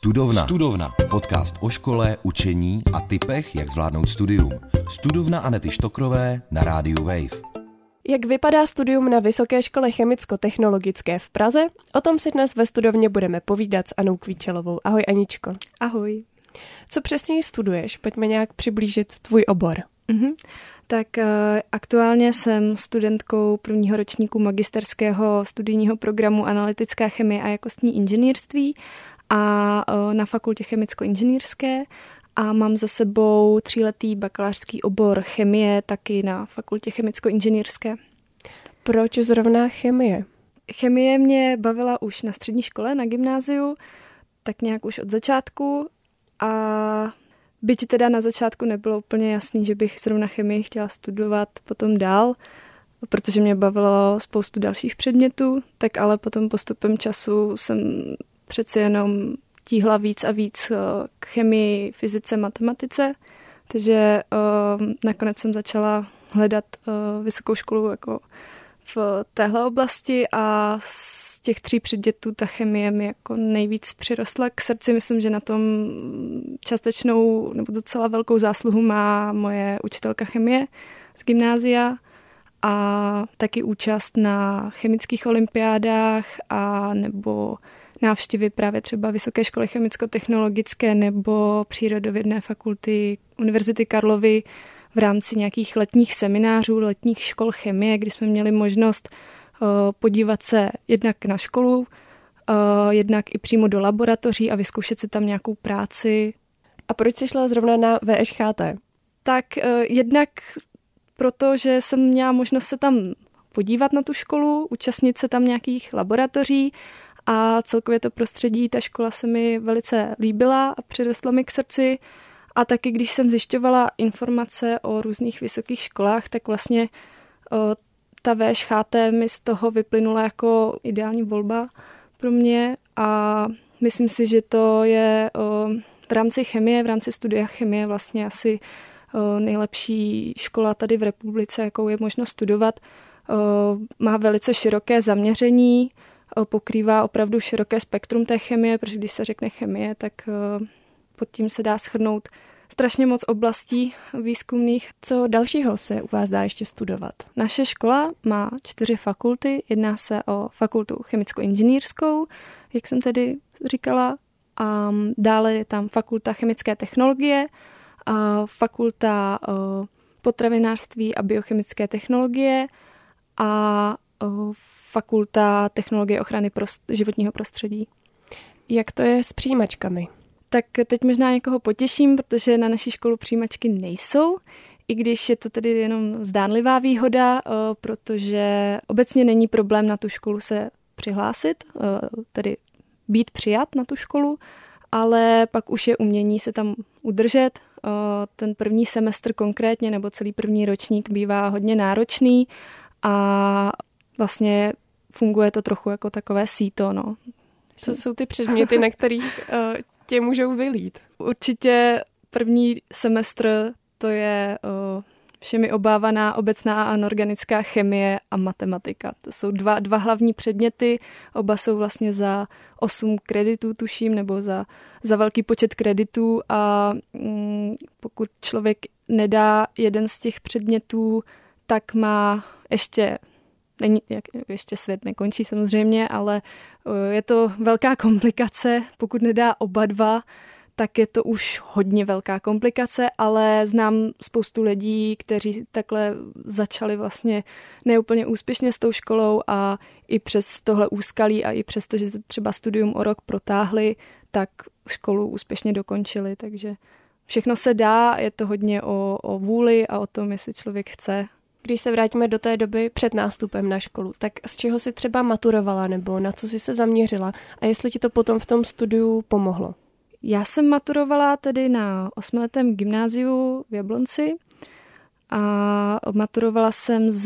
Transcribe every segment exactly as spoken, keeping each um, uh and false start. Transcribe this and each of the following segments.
Studovna. Studovna. Podcast o škole, učení a tipech, jak zvládnout studium. Studovna Anety Štokrové na rádiu Wave. Jak vypadá studium na Vysoké škole chemicko-technologické v Praze? O tom si dnes ve studovně budeme povídat s Anou Kvíčelovou. Ahoj Aničko. Ahoj. Co přesně studuješ? Pojďme nějak přiblížit tvůj obor. Mhm. Tak uh, aktuálně jsem studentkou prvního ročníku magisterského studijního programu Analytická chemie a jakostní inženýrství a uh, na fakultě chemicko-inženýrské a mám za sebou tříletý bakalářský obor chemie taky na fakultě chemicko-inženýrské. Proč zrovna chemie? Chemie mě bavila už na střední škole, na gymnáziu, tak nějak už od začátku a byť teda na začátku nebylo úplně jasný, že bych zrovna chemii chtěla studovat potom dál, protože mě bavilo spoustu dalších předmětů, tak ale potom postupem času jsem přeci jenom tíhla víc a víc k chemii, fyzice, matematice, takže uh, nakonec jsem začala hledat uh, vysokou školu jako v téhle oblasti a z těch tří předmětů ta chemie mi jako nejvíc přirostla k srdci. Myslím, že na tom částečnou nebo docela velkou zásluhu má moje učitelka chemie z gymnázia a taky účast na chemických olympiádách a nebo návštěvy právě třeba Vysoké školy chemicko-technologické nebo přírodovědné fakulty Univerzity Karlovy v rámci nějakých letních seminářů, letních škol chemie, kdy jsme měli možnost uh, podívat se jednak na školu, uh, jednak i přímo do laboratoří a vyzkoušet si tam nějakou práci. A proč jsi šla zrovna na V Š Ch T? Tak uh, jednak proto, že jsem měla možnost se tam podívat na tu školu, účastnit se tam nějakých laboratoří a celkově to prostředí, ta škola se mi velice líbila a přirostla mi k srdci. A taky, když jsem zjišťovala informace o různých vysokých školách, tak vlastně o, ta V Š Ch T mi z toho vyplynula jako ideální volba pro mě a myslím si, že to je o, v rámci chemie, v rámci studia chemie vlastně asi o, nejlepší škola tady v republice, jakou je možno studovat. O, má velice široké zaměření, o, pokrývá opravdu široké spektrum té chemie, protože když se řekne chemie, tak o, pod tím se dá shrnout strašně moc oblastí výzkumných. Co dalšího se u vás dá ještě studovat? Naše škola má čtyři fakulty. Jedná se o fakultu chemicko-inženýrskou, jak jsem tedy říkala. A dále je tam fakulta chemické technologie, a fakulta potravinářství a biochemické technologie a fakulta technologie ochrany prost- životního prostředí. Jak to je s přijímačkami? Tak teď možná někoho potěším, protože na naší školu přijímačky nejsou, i když je to tedy jenom zdánlivá výhoda, protože obecně není problém na tu školu se přihlásit, tedy být přijat na tu školu, ale pak už je umění se tam udržet. Ten první semestr konkrétně nebo celý první ročník bývá hodně náročný a vlastně funguje to trochu jako takové síto. No. Co jsou ty předměty, na kterých uh, tě můžou vylít? Určitě první semestr to je uh, všemi obávaná obecná a anorganická chemie a matematika. To jsou dva, dva hlavní předměty, oba jsou vlastně za osm kreditů, tuším, nebo za, za velký počet kreditů a mm, pokud člověk nedá jeden z těch předmětů, tak má ještě... Není, jak, ještě svět nekončí samozřejmě, ale je to velká komplikace. Pokud nedá oba dva, tak je to už hodně velká komplikace, ale znám spoustu lidí, kteří takhle začali vlastně neúplně úspěšně s tou školou a i přes tohle úskalí a i přes to, že třeba studium o rok protáhli, tak školu úspěšně dokončili. Takže všechno se dá, je to hodně o, o vůli a o tom, jestli člověk chce. Když se vrátíme do té doby před nástupem na školu, tak z čeho jsi třeba maturovala nebo na co jsi se zaměřila a jestli ti to potom v tom studiu pomohlo? Já jsem maturovala tedy na osmiletém gymnáziu v Jablonci a maturovala jsem z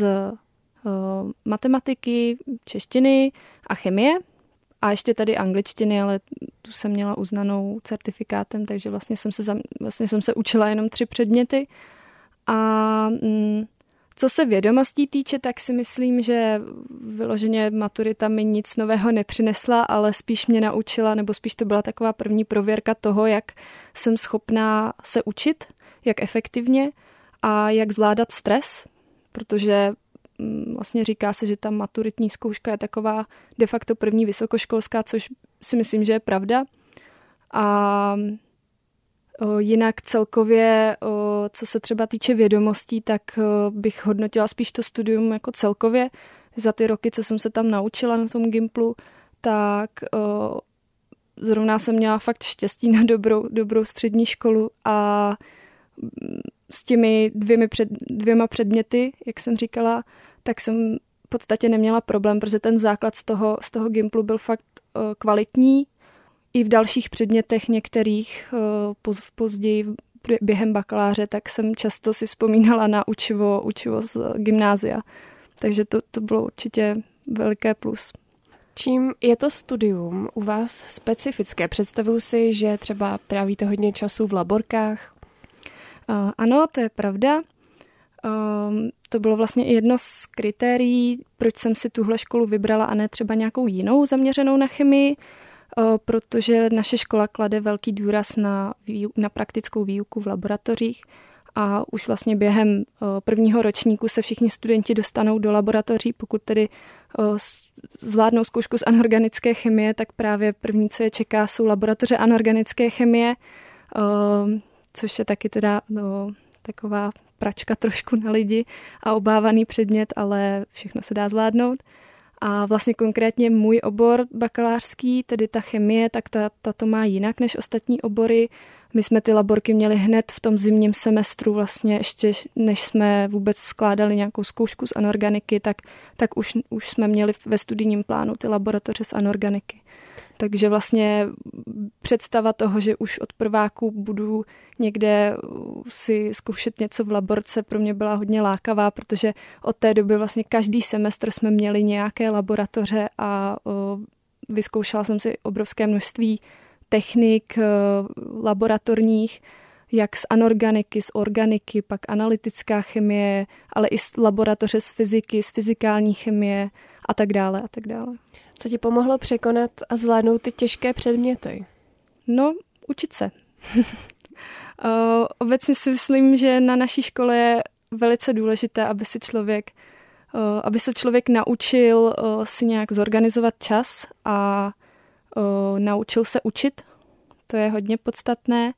uh, matematiky, češtiny a chemie a ještě tady angličtiny, ale tu jsem měla uznanou certifikátem, takže vlastně jsem se, zam, vlastně jsem se učila jenom tři předměty a mm, Co se vědomostí týče, tak si myslím, že vyloženě maturita mi nic nového nepřinesla, ale spíš mě naučila, nebo spíš to byla taková první prověrka toho, jak jsem schopná se učit, jak efektivně a jak zvládat stres, protože vlastně říká se, že ta maturitní zkouška je taková de facto první vysokoškolská, což si myslím, že je pravda. A o, jinak celkově, o, co se třeba týče vědomostí, tak o, bych hodnotila spíš to studium jako celkově. Za ty roky, co jsem se tam naučila na tom Gimplu, tak o, zrovna jsem měla fakt štěstí na dobrou, dobrou střední školu a s těmi dvěmi před, dvěma předměty, jak jsem říkala, tak jsem v podstatě neměla problém, protože ten základ z toho, z toho Gimplu byl fakt uh, kvalitní. I v dalších předmětech některých uh, poz, později během bakaláře, tak jsem často si vzpomínala na učivo, učivo z gymnázia. Takže to, to bylo určitě veliké plus. Čím je to studium u vás specifické? Představuji si, že třeba trávíte hodně času v laborkách. Uh, ano, to je pravda. Um, to bylo vlastně i jedno z kritérií, proč jsem si tuhle školu vybrala a ne třeba nějakou jinou zaměřenou na chemii, uh, protože naše škola klade velký důraz na, výu- na praktickou výuku v laboratořích a už vlastně během uh, prvního ročníku se všichni studenti dostanou do laboratoří, pokud tedy uh, zvládnou zkoušku z anorganické chemie, tak právě první, co je čeká, jsou laboratoře anorganické chemie, uh, což je taky teda no, taková pračka trošku na lidi a obávaný předmět, ale všechno se dá zvládnout. A vlastně konkrétně můj obor bakalářský, tedy ta chemie, tak ta, ta to má jinak než ostatní obory. My jsme ty laborky měli hned v tom zimním semestru, vlastně ještě než jsme vůbec skládali nějakou zkoušku z anorganiky, tak, tak už, už jsme měli ve studijním plánu ty laboratoře z anorganiky. Takže vlastně představa toho, že už od prváku budu někde si zkoušet něco v laborce, pro mě byla hodně lákavá, protože od té doby vlastně každý semestr jsme měli nějaké laboratoře a o, vyzkoušela jsem si obrovské množství technik laboratorních, jak z anorganiky, z organiky, pak analytická chemie, ale i z laboratoře z fyziky, z fyzikální chemie a tak dále a tak dále. Co ti pomohlo překonat a zvládnout ty těžké předměty? No, učit se. Obecně si myslím, že na naší škole je velice důležité, aby si člověk, aby se člověk naučil si nějak zorganizovat čas a naučil se učit. To je hodně podstatné.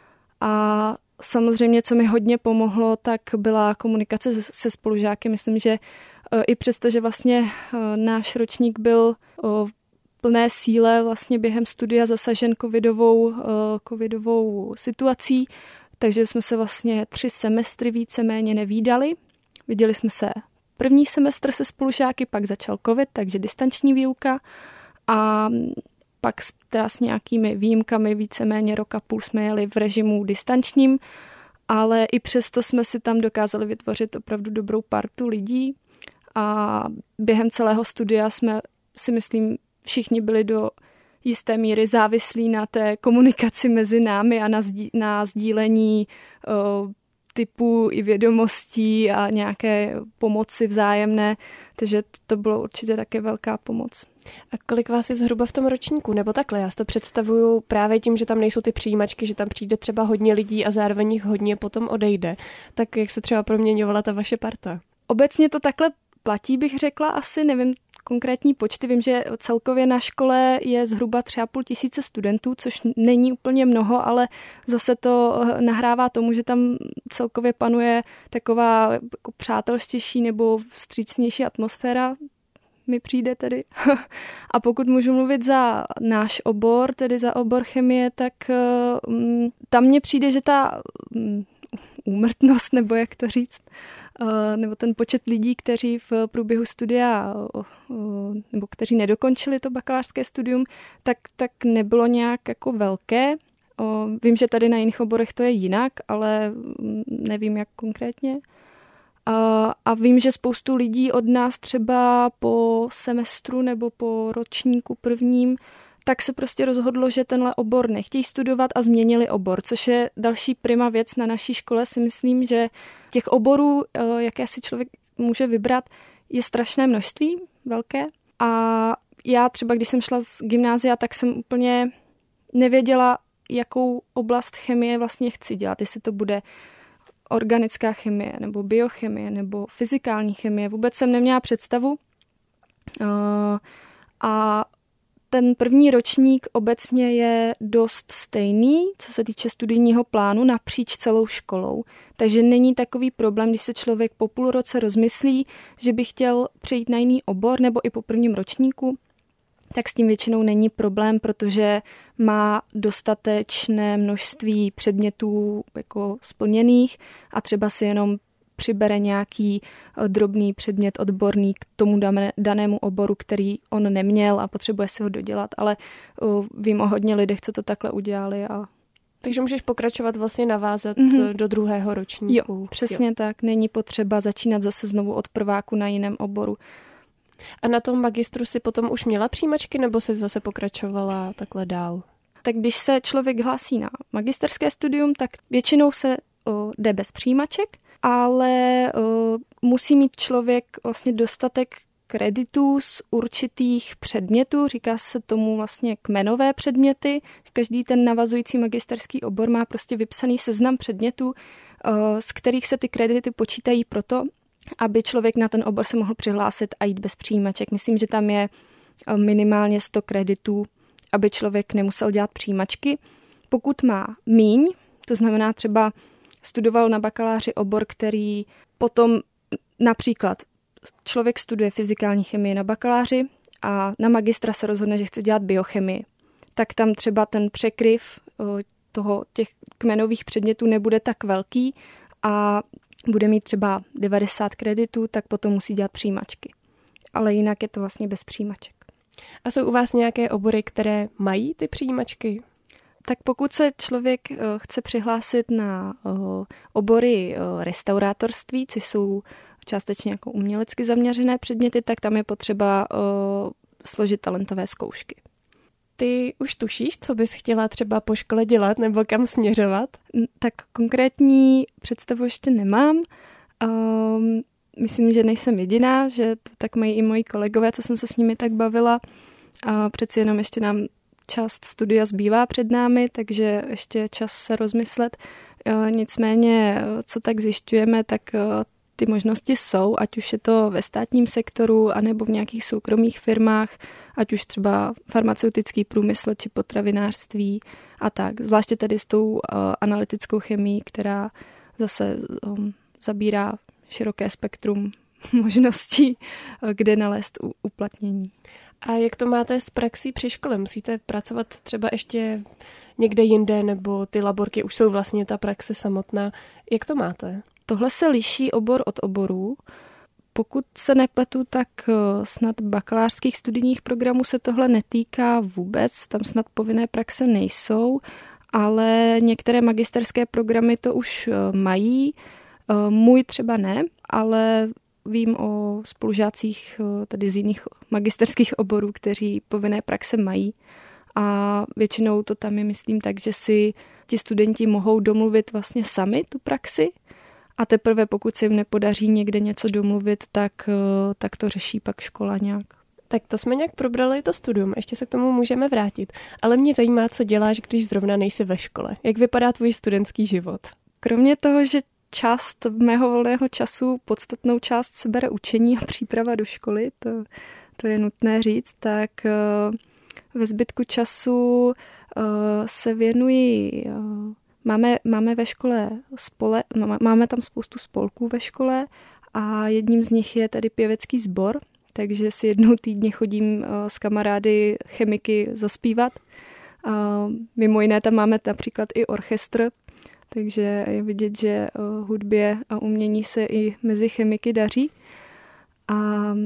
A samozřejmě, co mi hodně pomohlo, tak byla komunikace se spolužáky. Myslím, že i přesto, že vlastně náš ročník byl v plné síle vlastně během studia zasažen covidovou, covidovou situací, takže jsme se vlastně tři semestry víceméně nevídali. Viděli jsme se první semestr se spolužáky, pak začal covid, takže distanční výuka a pak teda s nějakými výjimkami víceméně rok a půl jsme jeli v režimu distančním, ale i přesto jsme si tam dokázali vytvořit opravdu dobrou partu lidí a během celého studia jsme, si myslím, všichni byli do jisté míry závislí na té komunikaci mezi námi a na, sdí, na sdílení o, typů i vědomostí a nějaké pomoci vzájemné, takže to bylo určitě také velká pomoc. A kolik vás je zhruba v tom ročníku? Nebo takhle, já si to představuju právě tím, že tam nejsou ty přijímačky, že tam přijde třeba hodně lidí a zároveň jich hodně potom odejde. Tak jak se třeba proměňovala ta vaše parta? Obecně to takhle platí, bych řekla, asi nevím konkrétní počty. Vím, že celkově na škole je zhruba tři a půl tisíce studentů, což není úplně mnoho, ale zase to nahrává tomu, že tam celkově panuje taková jako přátelštější nebo vstřícnější atmosféra, mi přijde tedy. A pokud můžu mluvit za náš obor, tedy za obor chemie, tak um, tam mně přijde, že ta um, úmrtnost, nebo jak to říct, uh, nebo ten počet lidí, kteří v průběhu studia, uh, uh, nebo kteří nedokončili to bakalářské studium, tak, tak nebylo nějak jako velké. Uh, vím, že tady na jiných oborech to je jinak, ale um, nevím, jak konkrétně. A vím, že spoustu lidí od nás třeba po semestru nebo po ročníku prvním, tak se prostě rozhodlo, že tenhle obor nechtějí studovat a změnili obor, což je další prima věc na naší škole. Si myslím, že těch oborů, jaké si člověk může vybrat, je strašné množství, velké. A já třeba, když jsem šla z gymnázia, tak jsem úplně nevěděla, jakou oblast chemie vlastně chci dělat. Jestli to bude organická chemie, nebo biochemie, nebo fyzikální chemie. Vůbec jsem neměla představu. A ten první ročník obecně je dost stejný, co se týče studijního plánu napříč celou školou. Takže není takový problém, když se člověk po půl roce rozmyslí, že by chtěl přejít na jiný obor nebo i po prvním ročníku, tak s tím většinou není problém, protože má dostatečné množství předmětů jako splněných a třeba si jenom přibere nějaký drobný předmět odborný k tomu danému oboru, který on neměl a potřebuje si ho dodělat, ale vím o hodně lidech, co to takhle udělali. A... Takže můžeš pokračovat vlastně navázat mm-hmm. do druhého ročníku. Jo, přesně jo. Tak. Není potřeba začínat zase znovu od prváku na jiném oboru. A na tom magistru si potom už měla přijímačky, nebo se zase pokračovala takhle dál? Tak když se člověk hlásí na magisterské studium, tak většinou se o, jde bez přijímaček, ale o, musí mít člověk vlastně dostatek kreditů z určitých předmětů, říká se tomu vlastně kmenové předměty. Každý ten navazující magisterský obor má prostě vypsaný seznam předmětů, o, z kterých se ty kredity počítají proto, aby člověk na ten obor se mohl přihlásit a jít bez přijímaček. Myslím, že tam je minimálně sto kreditů, aby člověk nemusel dělat přijímačky. Pokud má míň, to znamená třeba studoval na bakaláři obor, který potom například člověk studuje fyzikální chemii na bakaláři a na magistra se rozhodne, že chce dělat biochemii, tak tam třeba ten překryv toho, těch kmenových předmětů nebude tak velký a bude mít třeba devadesát kreditů, tak potom musí dělat přijímačky. Ale jinak je to vlastně bez přijímaček. A jsou u vás nějaké obory, které mají ty přijímačky? Tak pokud se člověk chce přihlásit na obory restaurátorství, což jsou částečně jako umělecky zaměřené předměty, tak tam je potřeba složit talentové zkoušky. Ty už tušíš, co bys chtěla třeba po škole dělat nebo kam směřovat? Tak konkrétní představu ještě nemám. Um, myslím, že nejsem jediná, že to tak mají i moji kolegové, co jsem se s nimi tak bavila. A přeci jenom ještě nám část studia zbývá před námi, takže ještě čas se rozmyslet. Uh, nicméně, co tak zjišťujeme, tak uh, ty možnosti jsou, ať už je to ve státním sektoru, anebo v nějakých soukromých firmách, ať už třeba farmaceutický průmysl či potravinářství a tak. Zvláště tady s tou uh, analytickou chemií, která zase um, zabírá široké spektrum možností, uh, kde nalézt u, uplatnění. A jak to máte s praxí při škole? Musíte pracovat třeba ještě někde jinde, nebo ty laborky už jsou vlastně ta praxe samotná? Jak to máte? Tohle se liší obor od oborů. Pokud se nepletu, tak snad bakalářských studijních programů se tohle netýká vůbec, tam snad povinné praxe nejsou, ale některé magisterské programy to už mají. Můj třeba ne, ale vím o spolužácích tady z jiných magisterských oborů, kteří povinné praxe mají. A většinou to tam je, myslím, tak, že si ti studenti mohou domluvit vlastně sami tu praxi, a teprve pokud se jim nepodaří někde něco domluvit, tak, tak to řeší pak škola nějak. Tak to jsme nějak probrali to studium, ještě se k tomu můžeme vrátit. Ale mě zajímá, co děláš, když zrovna nejsi ve škole. Jak vypadá tvůj studentský život? Kromě toho, že část mého volného času, podstatnou část se bere učení a příprava do školy, to, to je nutné říct, tak ve zbytku času se věnuji... Máme, máme ve škole spole, máme tam spoustu spolků ve škole a jedním z nich je tedy pěvecký sbor, takže si jednou týdně chodím s kamarády chemiky zaspívat. A mimo jiné tam máme například i orchestr, takže je vidět, že hudbě a umění se i mezi chemiky daří. A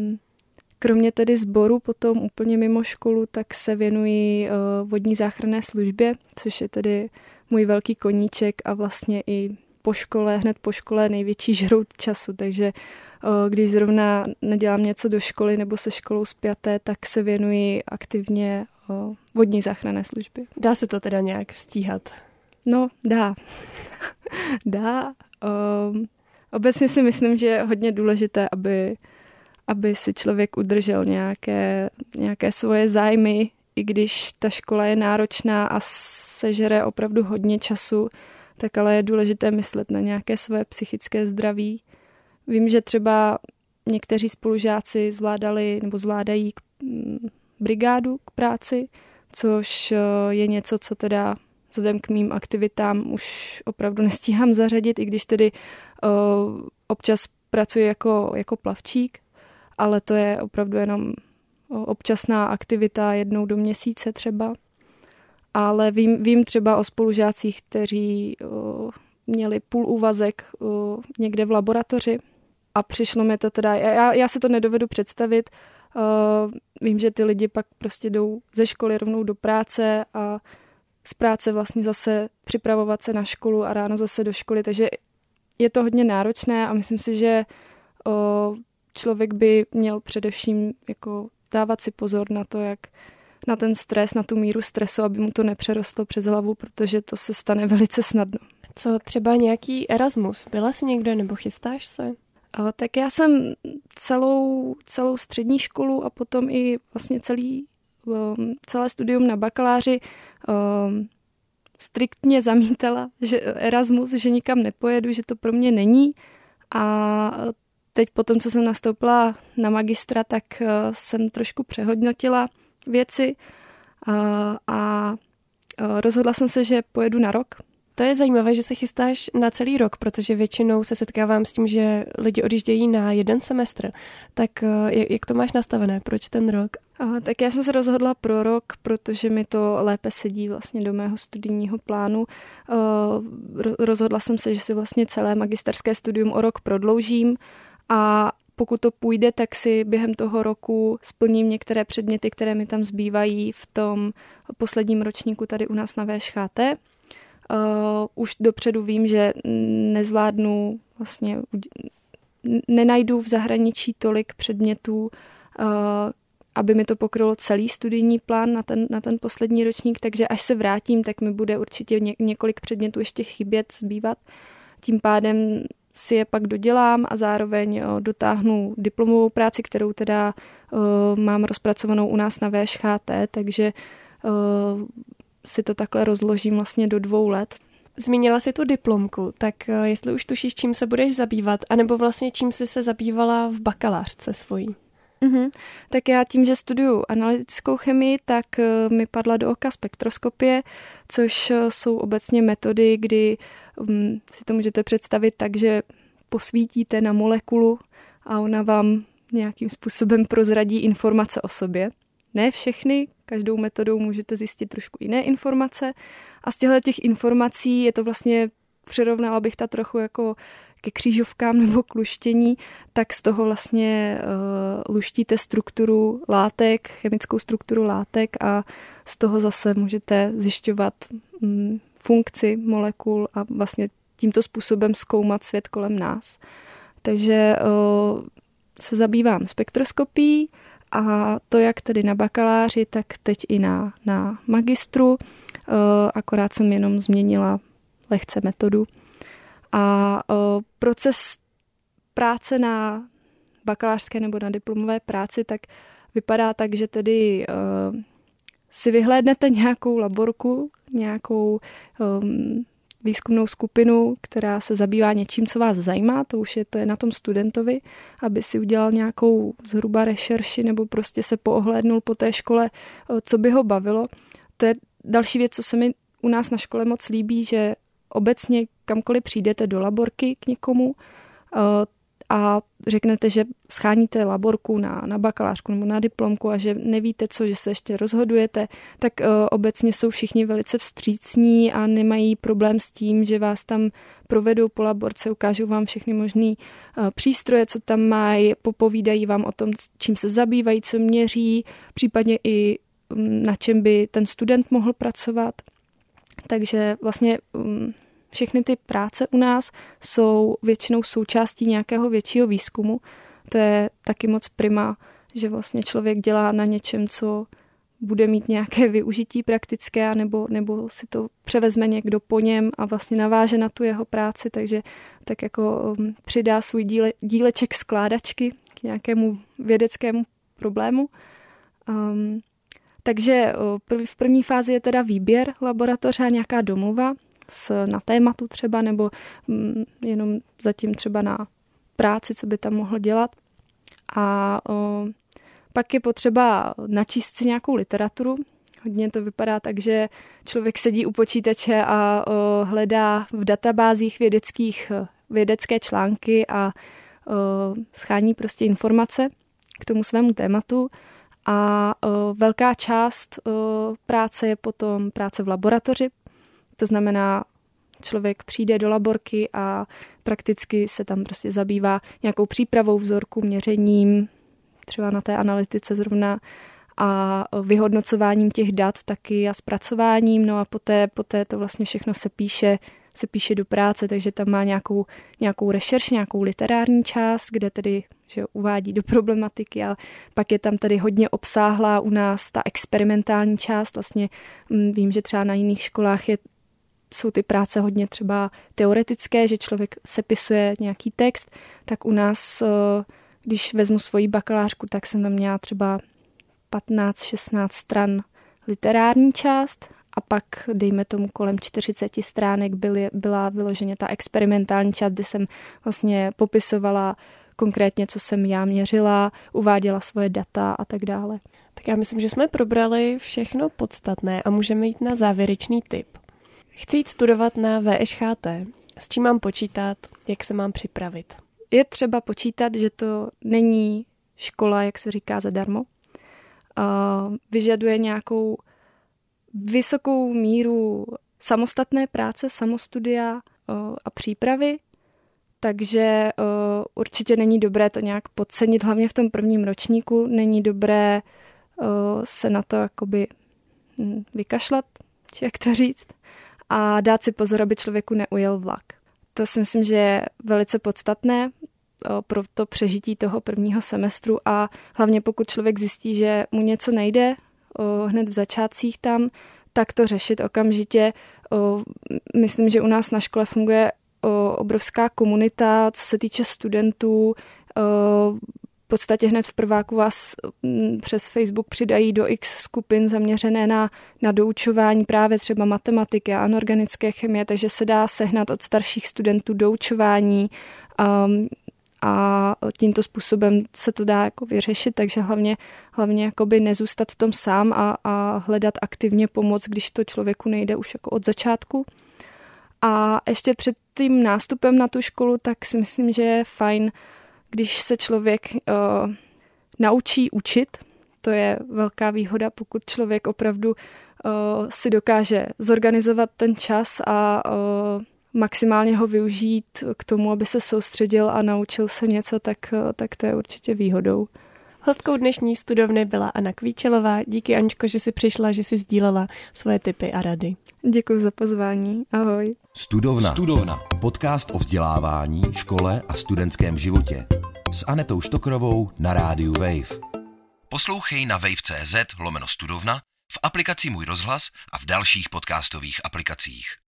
kromě tedy sboru potom úplně mimo školu, tak se věnuji vodní záchranné službě, což je tedy můj velký koníček a vlastně i po škole, hned po škole největší žrout času, takže když zrovna nedělám něco do školy nebo se školou spjaté, tak se věnuji aktivně o, vodní záchranné služby. Dá se to teda nějak stíhat? No, dá. dá. Um, obecně si myslím, že je hodně důležité, aby, aby si člověk udržel nějaké, nějaké svoje zájmy, i když ta škola je náročná a sežere opravdu hodně času, tak ale je důležité myslet na nějaké své psychické zdraví. Vím, že třeba někteří spolužáci zvládali nebo zvládají k, m, brigádu k práci, což je něco, co teda vzhledem k mým aktivitám už opravdu nestíhám zařadit, i když tedy uh, občas pracuji jako, jako plavčík, ale to je opravdu jenom občasná aktivita jednou do měsíce třeba. Ale vím, vím třeba o spolužácích, kteří uh, měli půl úvazek uh, někde v laboratoři a přišlo mi to teda, já, já se to nedovedu představit, uh, vím, že ty lidi pak prostě jdou ze školy rovnou do práce a z práce vlastně zase připravovat se na školu a ráno zase do školy, takže je to hodně náročné a myslím si, že uh, člověk by měl především jako dávat si pozor na to, jak na ten stres, na tu míru stresu, aby mu to nepřerostlo přes hlavu, protože to se stane velice snadno. Co třeba nějaký Erasmus? Byla jsi někde nebo chystáš se? A, tak já jsem celou, celou střední školu a potom i vlastně celý, um, celé studium na bakaláři um, striktně zamítala, že Erasmus, že nikam nepojedu, že to pro mě není. A teď potom, co jsem nastoupila na magistra, tak uh, jsem trošku přehodnotila věci uh, a uh, rozhodla jsem se, že pojedu na rok. To je zajímavé, že se chystáš na celý rok, protože většinou se setkávám s tím, že lidi odjíždějí na jeden semestr. Tak uh, jak to máš nastavené? Proč ten rok? Uh, tak já jsem se rozhodla pro rok, protože mi to lépe sedí vlastně do mého studijního plánu. Uh, rozhodla jsem se, že si vlastně celé magisterské studium o rok prodloužím a pokud to půjde, tak si během toho roku splním některé předměty, které mi tam zbývají v tom posledním ročníku tady u nás na V Š Ch T. Uh, už dopředu vím, že nezvládnu, vlastně nenajdu v zahraničí tolik předmětů, uh, aby mi to pokrylo celý studijní plán na ten, na ten poslední ročník, takže až se vrátím, tak mi bude určitě ně, několik předmětů ještě chybět, zbývat. Tím pádem si je pak dodělám a zároveň o, dotáhnu diplomovou práci, kterou teda o, mám rozpracovanou u nás na V Š Ch T, takže o, si to takhle rozložím vlastně do dvou let. Zmínila jsi tu diplomku, tak jestli už tušíš, čím se budeš zabývat, anebo vlastně čím jsi se zabývala v bakalářce svojí? Mm-hmm. Tak já tím, že studuju analytickou chemii, tak uh, mi padla do oka spektroskopie, což uh, jsou obecně metody, kdy um, si to můžete představit tak, že posvítíte na molekulu a ona vám nějakým způsobem prozradí informace o sobě. Ne všechny, každou metodou můžete zjistit trošku jiné informace a z těchto těch informací je to vlastně, přirovnala bych ta trochu jako ke křížovkám nebo k luštění, tak z toho vlastně uh, luštíte strukturu látek, chemickou strukturu látek a z toho zase můžete zjišťovat um, funkci molekul a vlastně tímto způsobem zkoumat svět kolem nás. Takže uh, se zabývám spektroskopií a to jak tedy na bakaláři, tak teď i na, na magistru. Uh, akorát jsem jenom změnila lehce metodu. A uh, proces práce na bakalářské nebo na diplomové práci tak vypadá tak, že tedy uh, si vyhlédnete nějakou laborku, nějakou um, výzkumnou skupinu, která se zabývá něčím, co vás zajímá, to už je, to je na tom studentovi, aby si udělal nějakou zhruba rešerši nebo prostě se poohlédnul po té škole, co by ho bavilo. To je další věc, co se mi u nás na škole moc líbí, že obecně kamkoliv přijdete do laborky k někomu a řeknete, že scháníte laborku na, na bakalářku nebo na diplomku a že nevíte co, že se ještě rozhodujete, tak obecně jsou všichni velice vstřícní a nemají problém s tím, že vás tam provedou po laborce, ukážou vám všechny možný přístroje, co tam mají, popovídají vám o tom, čím se zabývají, co měří, případně i na čem by ten student mohl pracovat. Takže vlastně všechny ty práce u nás jsou většinou součástí nějakého většího výzkumu. To je taky moc prima, že vlastně člověk dělá na něčem, co bude mít nějaké využití praktické, nebo, nebo si to převezme někdo po něm a vlastně naváže na tu jeho práci, takže tak jako um, přidá svůj díle, díleček skládačky k nějakému vědeckému problému. Um, takže uh, v první fázi je teda výběr laboratoře a nějaká domluva s, na tématu třeba, nebo um, jenom zatím třeba na práci, co by tam mohl dělat. A uh, pak je potřeba načíst si nějakou literaturu. Hodně to vypadá tak, že člověk sedí u počítače a uh, hledá v databázích vědeckých vědecké články a uh, schání prostě informace k tomu svému tématu. A uh, velká část uh, práce je potom práce v laboratoři. To znamená, člověk přijde do laborky a prakticky se tam prostě zabývá nějakou přípravou vzorku, měřením, třeba na té analytice zrovna, a vyhodnocováním těch dat taky a zpracováním, no a poté, poté to vlastně všechno se píše, se píše do práce, takže tam má nějakou, nějakou rešerš, nějakou literární část, kde tedy že uvádí do problematiky, ale pak je tam tedy hodně obsáhlá u nás ta experimentální část, vlastně vím, že třeba na jiných školách je, jsou ty práce hodně třeba teoretické, že člověk sepisuje nějaký text, tak u nás, když vezmu svoji bakalářku, tak jsem tam měla třeba patnáct šestnáct stran literární část a pak, dejme tomu, kolem čtyřicet stránek byly, byla vyloženě ta experimentální část, kde jsem vlastně popisovala konkrétně, co jsem já měřila, uváděla svoje data a tak dále. Tak já myslím, že jsme probrali všechno podstatné a můžeme jít na závěrečný tip. Chci jít studovat na V Š Ch T. S čím mám počítat? Jak se mám připravit? Je třeba počítat, že to není škola, jak se říká, zadarmo. Uh, vyžaduje nějakou vysokou míru samostatné práce, samostudia uh, a přípravy, takže uh, určitě není dobré to nějak podcenit, hlavně v tom prvním ročníku. Není dobré uh, se na to jakoby hm, vykašlat, či jak to říct, a dát si pozor, aby člověku neujel vlak. To si myslím, že je velice podstatné pro to přežití toho prvního semestru a hlavně pokud člověk zjistí, že mu něco nejde o, hned v začátcích tam, tak to řešit okamžitě. O, myslím, že u nás na škole funguje o, obrovská komunita, co se týče studentů. O, v podstatě hned v prváku vás m, přes Facebook přidají do X skupin zaměřené na, na doučování právě třeba matematiky a anorganické chemie, takže se dá sehnat od starších studentů doučování um, a tímto způsobem se to dá jako vyřešit, takže hlavně, hlavně jakoby nezůstat v tom sám a, a hledat aktivně pomoc, když to člověku nejde už jako od začátku. A ještě před tím nástupem na tu školu, tak si myslím, že je fajn, když se člověk uh, naučí učit. To je velká výhoda, pokud člověk opravdu uh, si dokáže zorganizovat ten čas a uh, maximálně ho využít k tomu, aby se soustředil a naučil se něco, tak, tak to je určitě výhodou. Hostkou dnešní studovny byla Anna Kvíčelová. Díky, Aničko, že jsi přišla, že jsi sdílela svoje tipy a rady. Děkuji za pozvání. Ahoj. Studovna. Studovna. Podcast o vzdělávání, škole a studentském životě. S Anetou Štokrovou na rádiu Wave. Poslouchej na wave tečka cz lomeno studovna, v aplikaci Můj rozhlas a v dalších podcastových aplikacích.